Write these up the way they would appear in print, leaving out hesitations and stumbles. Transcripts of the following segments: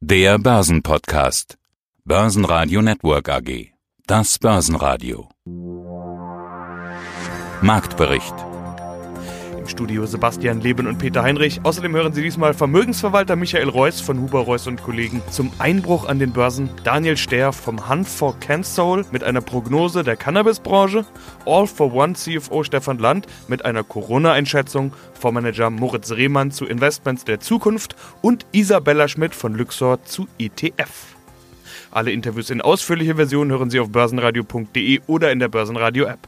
Der Börsenpodcast. Börsenradio Network AG. Das Börsenradio. Marktbericht. Im Studio Sebastian Leben und Peter Heinrich. Außerdem hören Sie diesmal Vermögensverwalter Michael Reuss von Huber Reuss und Kollegen zum Einbruch an den Börsen, Daniel Stehr vom Hunt for CanSol mit einer Prognose der Cannabisbranche, All for One CFO Stefan Land mit einer Corona-Einschätzung, Fondsmanager Moritz Rehmann zu Investments der Zukunft und Isabella Schmidt von Luxor zu ETF. Alle Interviews in ausführlicher Version hören Sie auf börsenradio.de oder in der Börsenradio-App.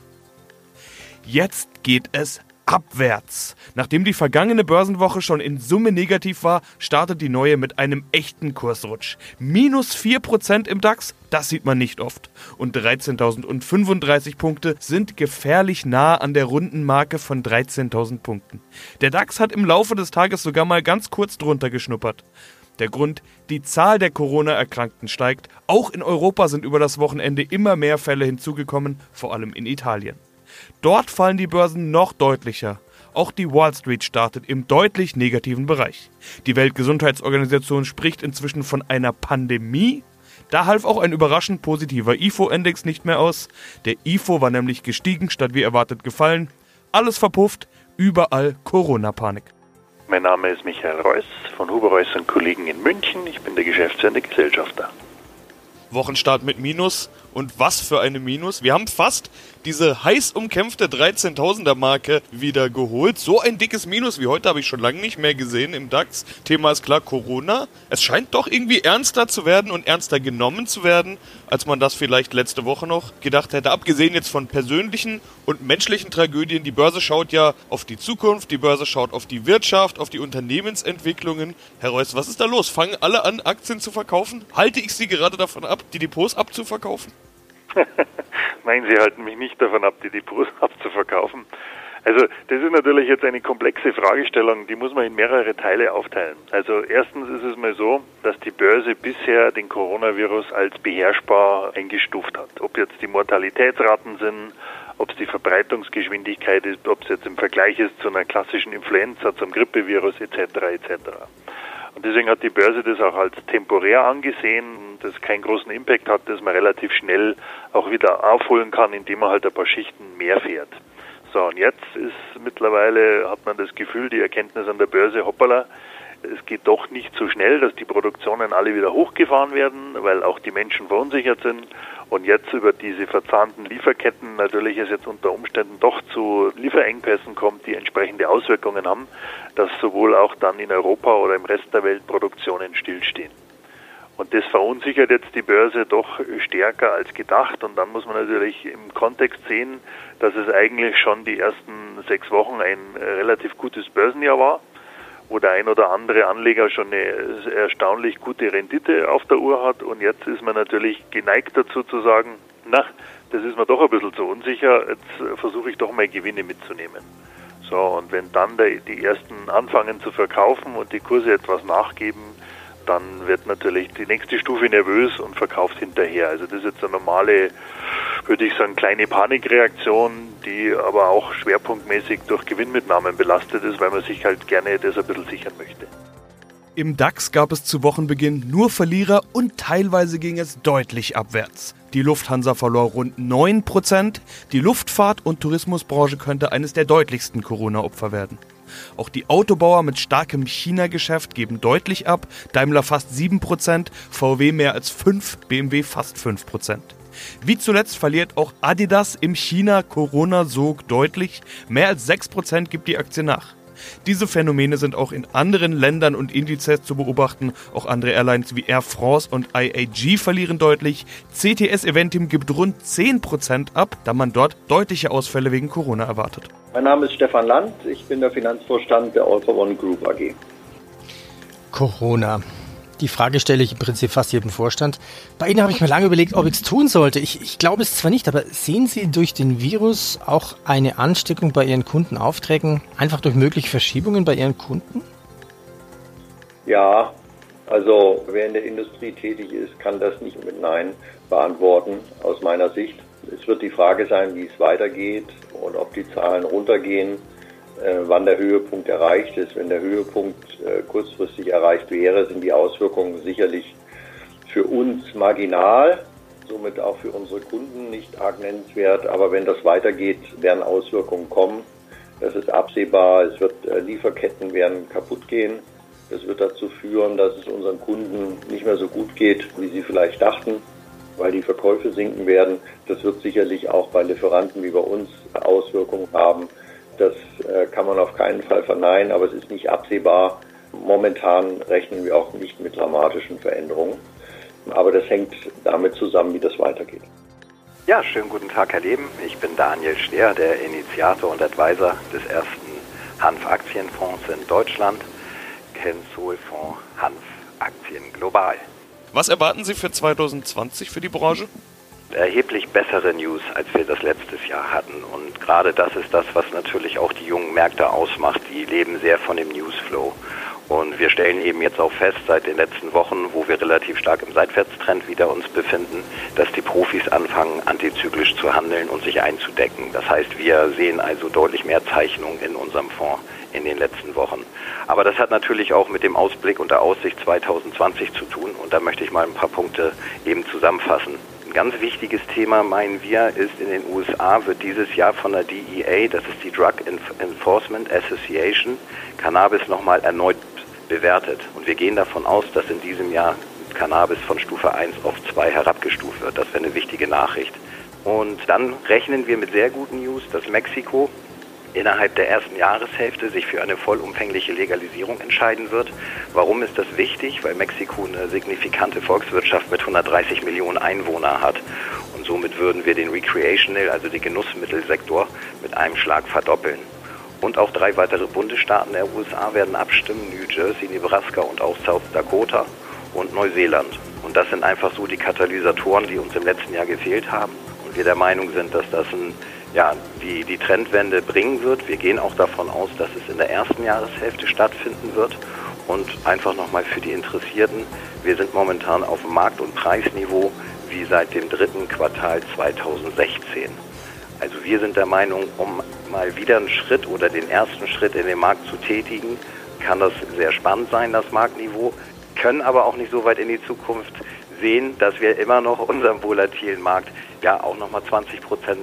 Jetzt geht es abwärts. Nachdem die vergangene Börsenwoche schon in Summe negativ war, startet die neue mit einem echten Kursrutsch. Minus 4% im DAX, das sieht man nicht oft. Und 13.035 Punkte sind gefährlich nah an der runden Marke von 13.000 Punkten. Der DAX hat im Laufe des Tages sogar mal ganz kurz drunter geschnuppert. Der Grund, die Zahl der Corona-Erkrankten steigt. Auch in Europa sind über das Wochenende immer mehr Fälle hinzugekommen, vor allem in Italien. Dort fallen die Börsen noch deutlicher. Auch die Wall Street startet im deutlich negativen Bereich. Die Weltgesundheitsorganisation spricht inzwischen von einer Pandemie. Da half auch ein überraschend positiver IFO-Index nicht mehr aus. Der IFO war nämlich gestiegen, statt wie erwartet gefallen. Alles verpufft, überall Corona-Panik. Mein Name ist Michael Reuss von Huber Reuss und Kollegen in München. Ich bin der geschäftsführende Gesellschafter. Wochenstart mit Minus. Und was für eine Minus. Wir haben fast diese heiß umkämpfte 13.000er Marke wieder geholt. So ein dickes Minus wie heute habe ich schon lange nicht mehr gesehen im DAX. Thema ist klar Corona. Es scheint doch irgendwie ernster zu werden und ernster genommen zu werden, als man das vielleicht letzte Woche noch gedacht hätte. Abgesehen jetzt von persönlichen und menschlichen Tragödien. Die Börse schaut ja auf die Zukunft, die Börse schaut auf die Wirtschaft, auf die Unternehmensentwicklungen. Herr Reuss, was ist da los? Fangen alle an, Aktien zu verkaufen? Halte ich Sie gerade davon ab, die Depots abzuverkaufen? Nein, Sie halten mich nicht davon ab, die Depots abzuverkaufen. Also das ist natürlich jetzt eine komplexe Fragestellung, die muss man in mehrere Teile aufteilen. Also erstens ist es mal so, dass die Börse bisher den Coronavirus als beherrschbar eingestuft hat. Ob jetzt die Mortalitätsraten sind, ob es die Verbreitungsgeschwindigkeit ist, ob es jetzt im Vergleich ist zu einer klassischen Influenza, zum Grippevirus etc. etc. Und deswegen hat die Börse das auch als temporär angesehen, das keinen großen Impact hat, dass man relativ schnell auch wieder aufholen kann, indem man halt ein paar Schichten mehr fährt. So, und jetzt ist mittlerweile, hat man das Gefühl, die Erkenntnis an der Börse, hoppala, es geht doch nicht so schnell, dass die Produktionen alle wieder hochgefahren werden, weil auch die Menschen verunsichert sind. Und jetzt über diese verzahnten Lieferketten natürlich es jetzt unter Umständen doch zu Lieferengpässen kommt, die entsprechende Auswirkungen haben, dass sowohl auch dann in Europa oder im Rest der Welt Produktionen stillstehen. Und das verunsichert jetzt die Börse doch stärker als gedacht. Und dann muss man natürlich im Kontext sehen, dass es eigentlich schon die ersten 6 Wochen ein relativ gutes Börsenjahr war, wo der ein oder andere Anleger schon eine erstaunlich gute Rendite auf der Uhr hat. Und jetzt ist man natürlich geneigt dazu zu sagen, na, das ist mir doch ein bisschen zu unsicher, jetzt versuche ich doch mal Gewinne mitzunehmen. So, und wenn dann die ersten anfangen zu verkaufen und die Kurse etwas nachgeben, dann wird natürlich die nächste Stufe nervös und verkauft hinterher. Also das ist jetzt eine normale, würde ich sagen, kleine Panikreaktion, die aber auch schwerpunktmäßig durch Gewinnmitnahmen belastet ist, weil man sich halt gerne das ein bisschen sichern möchte. Im DAX gab es zu Wochenbeginn nur Verlierer und teilweise ging es deutlich abwärts. Die Lufthansa verlor rund 9%. Die Luftfahrt- und Tourismusbranche könnte eines der deutlichsten Corona-Opfer werden. Auch die Autobauer mit starkem China-Geschäft geben deutlich ab. Daimler fast 7%, VW mehr als 5%, BMW fast 5%. Wie zuletzt verliert auch Adidas im China-Corona-Sog deutlich. Mehr als 6% gibt die Aktie nach. Diese Phänomene sind auch in anderen Ländern und Indizes zu beobachten. Auch andere Airlines wie Air France und IAG verlieren deutlich. CTS Eventim gibt rund 10% ab, da man dort deutliche Ausfälle wegen Corona erwartet. Mein Name ist Stefan Land, ich bin der Finanzvorstand der All for One Group AG. Corona. Die Frage stelle ich im Prinzip fast jedem Vorstand. Bei Ihnen habe ich mir lange überlegt, ob ich es tun sollte. Ich glaube es zwar nicht, aber sehen Sie durch den Virus auch eine Ansteckung bei Ihren Kundenaufträgen, einfach durch mögliche Verschiebungen bei Ihren Kunden? Ja, also wer in der Industrie tätig ist, kann das nicht mit Nein beantworten, aus meiner Sicht. Es wird die Frage sein, wie es weitergeht und ob die Zahlen runtergehen. wann der Höhepunkt erreicht ist. Wenn der Höhepunkt kurzfristig erreicht wäre, sind die Auswirkungen sicherlich für uns marginal, somit auch für unsere Kunden nicht arg nennenswert. Aber wenn das weitergeht, werden Auswirkungen kommen. Das ist absehbar. Lieferketten werden kaputt gehen. Das wird dazu führen, dass es unseren Kunden nicht mehr so gut geht, wie sie vielleicht dachten, weil die Verkäufe sinken werden. Das wird sicherlich auch bei Lieferanten wie bei uns Auswirkungen haben. Das kann man auf keinen Fall verneinen, aber es ist nicht absehbar. Momentan rechnen wir auch nicht mit dramatischen Veränderungen. Aber das hängt damit zusammen, wie das weitergeht. Ja, schönen guten Tag, Herr Leben. Ich bin Daniel Stehr, der Initiator und Advisor des ersten Hanf-Aktienfonds in Deutschland, CanSol-Fonds Hanf-Aktien global. Was erwarten Sie für 2020 für die Branche? Erheblich bessere News, als wir das letztes Jahr hatten. Und gerade das ist das, was natürlich auch die jungen Märkte ausmacht. Die leben sehr von dem Newsflow. Und wir stellen eben jetzt auch fest, seit den letzten Wochen, wo wir relativ stark im Seitwärtstrend wieder uns befinden, dass die Profis anfangen, antizyklisch zu handeln und sich einzudecken. Das heißt, wir sehen also deutlich mehr Zeichnungen in unserem Fonds in den letzten Wochen. Aber das hat natürlich auch mit dem Ausblick und der Aussicht 2020 zu tun. Und da möchte ich mal ein paar Punkte eben zusammenfassen. Ein ganz wichtiges Thema, meinen wir, ist, in den USA wird dieses Jahr von der DEA, das ist die Drug Enforcement Association, Cannabis nochmal erneut bewertet. Und wir gehen davon aus, dass in diesem Jahr Cannabis von Stufe 1 auf 2 herabgestuft wird. Das wäre eine wichtige Nachricht. Und dann rechnen wir mit sehr guten News, dass Mexiko innerhalb der ersten Jahreshälfte sich für eine vollumfängliche Legalisierung entscheiden wird. Warum ist das wichtig? Weil Mexiko eine signifikante Volkswirtschaft mit 130 Millionen Einwohnern hat. Und somit würden wir den Recreational, also den Genussmittelsektor, mit einem Schlag verdoppeln. Und auch 3 weitere Bundesstaaten der USA werden abstimmen, New Jersey, Nebraska und auch South Dakota und Neuseeland. Und das sind einfach so die Katalysatoren, die uns im letzten Jahr gefehlt haben. Und wir der Meinung sind, dass das die Trendwende bringen wird. Wir gehen auch davon aus, dass es in der ersten Jahreshälfte stattfinden wird. Und einfach nochmal für die Interessierten, wir sind momentan auf dem Markt- und Preisniveau wie seit dem 3. Quartal 2016. Also wir sind der Meinung, um mal wieder einen Schritt oder den ersten Schritt in den Markt zu tätigen, kann das sehr spannend sein, das Marktniveau, können aber auch nicht so weit in die Zukunft sehen, dass wir immer noch unserem volatilen Markt auch nochmal 20%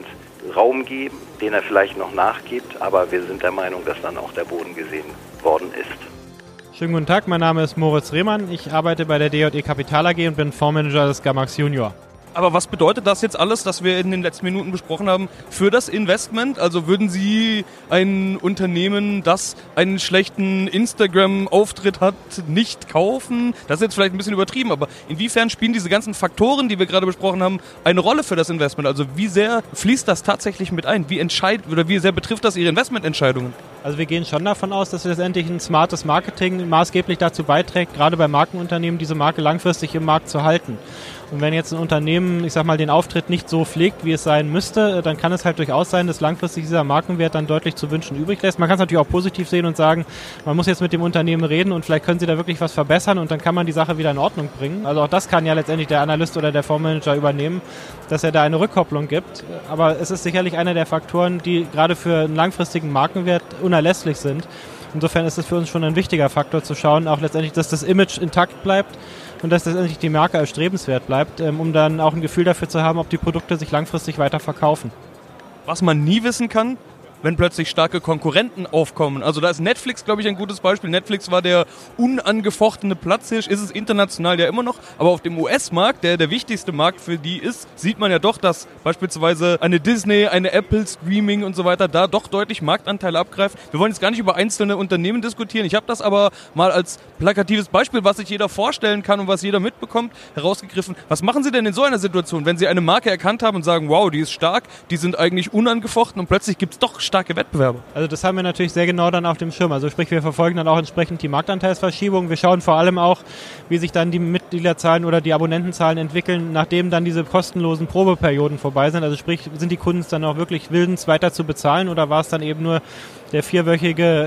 Raum geben, den er vielleicht noch nachgibt, aber wir sind der Meinung, dass dann auch der Boden gesehen worden ist. Schönen guten Tag, mein Name ist Moritz Rehmann, ich arbeite bei der DJE Kapital AG und bin Fondsmanager des Gamax Junior. Aber was bedeutet das jetzt alles, das wir in den letzten Minuten besprochen haben, für das Investment? Also würden Sie ein Unternehmen, das einen schlechten Instagram-Auftritt hat, nicht kaufen? Das ist jetzt vielleicht ein bisschen übertrieben, aber inwiefern spielen diese ganzen Faktoren, die wir gerade besprochen haben, eine Rolle für das Investment? Also wie sehr fließt das tatsächlich mit ein? Wie sehr betrifft das Ihre Investmententscheidungen? Also wir gehen schon davon aus, dass letztendlich ein smartes Marketing maßgeblich dazu beiträgt, gerade bei Markenunternehmen diese Marke langfristig im Markt zu halten. Und wenn jetzt ein Unternehmen, den Auftritt nicht so pflegt, wie es sein müsste, dann kann es halt durchaus sein, dass langfristig dieser Markenwert dann deutlich zu wünschen übrig lässt. Man kann es natürlich auch positiv sehen und sagen, man muss jetzt mit dem Unternehmen reden und vielleicht können sie da wirklich was verbessern und dann kann man die Sache wieder in Ordnung bringen. Also auch das kann ja letztendlich der Analyst oder der Fondsmanager übernehmen, dass er da eine Rückkopplung gibt. Aber es ist sicherlich einer der Faktoren, die gerade für einen langfristigen Markenwert unerlässlich sind. Insofern ist es für uns schon ein wichtiger Faktor zu schauen, auch letztendlich, dass das Image intakt bleibt und dass letztendlich die Marke erstrebenswert bleibt, um dann auch ein Gefühl dafür zu haben, ob die Produkte sich langfristig weiter verkaufen. Was man nie wissen kann, wenn plötzlich starke Konkurrenten aufkommen. Also da ist Netflix, glaube ich, ein gutes Beispiel. Netflix war der unangefochtene Platzhirsch, ist es international ja immer noch. Aber auf dem US-Markt, der wichtigste Markt für die ist, sieht man ja doch, dass beispielsweise eine Disney, eine Apple Streaming und so weiter da doch deutlich Marktanteile abgreift. Wir wollen jetzt gar nicht über einzelne Unternehmen diskutieren. Ich habe das aber mal als plakatives Beispiel, was sich jeder vorstellen kann und was jeder mitbekommt, herausgegriffen. Was machen Sie denn in so einer Situation, wenn Sie eine Marke erkannt haben und sagen, wow, die ist stark, die sind eigentlich unangefochten und plötzlich gibt es doch starke Wettbewerber? Also das haben wir natürlich sehr genau dann auf dem Schirm. Also sprich, wir verfolgen dann auch entsprechend die Marktanteilsverschiebung. Wir schauen vor allem auch, wie sich dann die Mitgliederzahlen oder die Abonnentenzahlen entwickeln, nachdem dann diese kostenlosen Probeperioden vorbei sind. Also sprich, sind die Kunden dann auch wirklich willens weiter zu bezahlen oder war es dann eben nur der 4-wöchige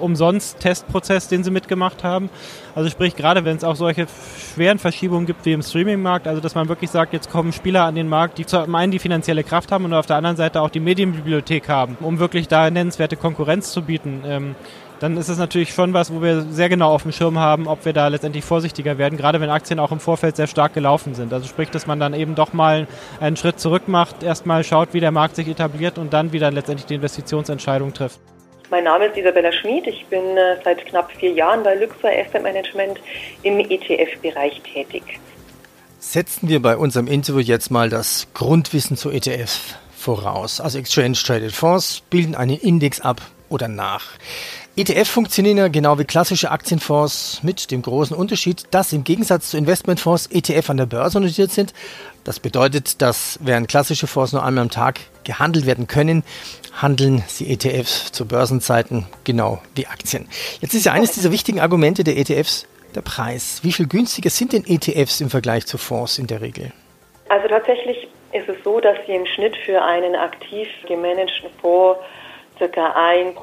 umsonst Testprozess, den sie mitgemacht haben. Also sprich, gerade wenn es auch solche schweren Verschiebungen gibt wie im Streaming-Markt, also dass man wirklich sagt, jetzt kommen Spieler an den Markt, die zum einen die finanzielle Kraft haben und auf der anderen Seite auch die Medienbibliothek haben, um wirklich da nennenswerte Konkurrenz zu bieten, dann ist es natürlich schon was, wo wir sehr genau auf dem Schirm haben, ob wir da letztendlich vorsichtiger werden, gerade wenn Aktien auch im Vorfeld sehr stark gelaufen sind. Also sprich, dass man dann eben doch mal einen Schritt zurück macht, erstmal schaut, wie der Markt sich etabliert und dann wieder letztendlich die Investitionsentscheidung trifft. Mein Name ist Isabella Schmid, ich bin seit knapp 4 Jahren bei Luxor Asset Management im ETF-Bereich tätig. Setzen wir bei unserem Interview jetzt mal das Grundwissen zu ETF voraus. Also Exchange Traded Fonds bilden einen Index ab oder nach. ETF funktionieren ja genau wie klassische Aktienfonds mit dem großen Unterschied, dass im Gegensatz zu Investmentfonds ETF an der Börse notiert sind. Das bedeutet, dass während klassische Fonds nur einmal am Tag gehandelt werden können, handeln sie ETFs zu Börsenzeiten genau wie Aktien. Jetzt ist ja eines dieser wichtigen Argumente der ETFs der Preis. Wie viel günstiger sind denn ETFs im Vergleich zu Fonds in der Regel? Also tatsächlich ist es so, dass Sie im Schnitt für einen aktiv gemanagten Fonds ca. 1%,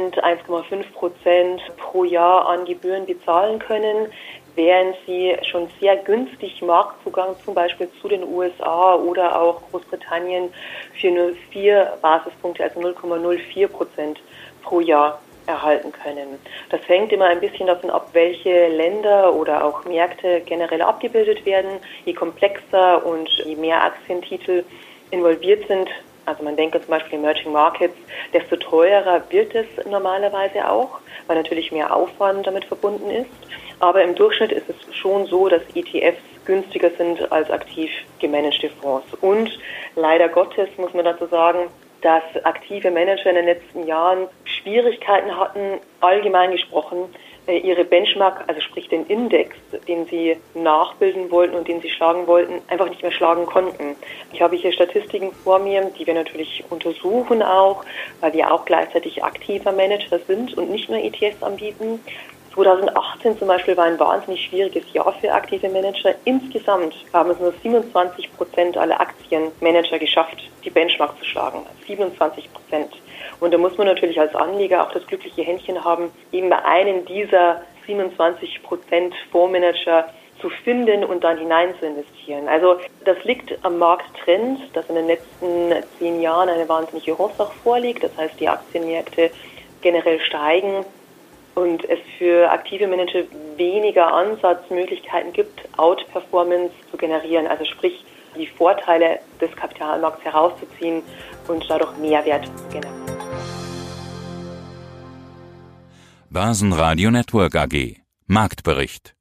1,5% pro Jahr an Gebühren bezahlen können, während Sie schon sehr günstig Marktzugang zum Beispiel zu den USA oder auch Großbritannien für nur 4 Basispunkte, also 0,04% pro Jahr erhalten können. Das hängt immer ein bisschen davon ab, welche Länder oder auch Märkte generell abgebildet werden. Je komplexer und je mehr Aktientitel involviert sind, also man denke zum Beispiel Emerging Markets, desto teurer wird es normalerweise auch, weil natürlich mehr Aufwand damit verbunden ist. Aber im Durchschnitt ist es schon so, dass ETFs günstiger sind als aktiv gemanagte Fonds. Und leider Gottes muss man dazu sagen, dass aktive Manager in den letzten Jahren Schwierigkeiten hatten, allgemein gesprochen, ihre Benchmark, also sprich den Index, den sie nachbilden wollten und den sie schlagen wollten, einfach nicht mehr schlagen konnten. Ich habe hier Statistiken vor mir, die wir natürlich untersuchen auch, weil wir auch gleichzeitig aktiver Manager sind und nicht nur ETFs anbieten. 2018 zum Beispiel war ein wahnsinnig schwieriges Jahr für aktive Manager. Insgesamt haben es nur 27% aller Aktienmanager geschafft, die Benchmark zu schlagen. 27%. Und da muss man natürlich als Anleger auch das glückliche Händchen haben, eben bei einem dieser 27% Fondsmanager zu finden und dann hinein zu investieren. Also das liegt am Markttrend, dass in den letzten 10 Jahren eine wahnsinnige Rohrsach vorliegt. Das heißt, die Aktienmärkte generell steigen und es für aktive Manager weniger Ansatzmöglichkeiten gibt, Outperformance zu generieren, also sprich die Vorteile des Kapitalmarkts herauszuziehen und dadurch Mehrwert zu generieren. Börsenradio Network AG Marktbericht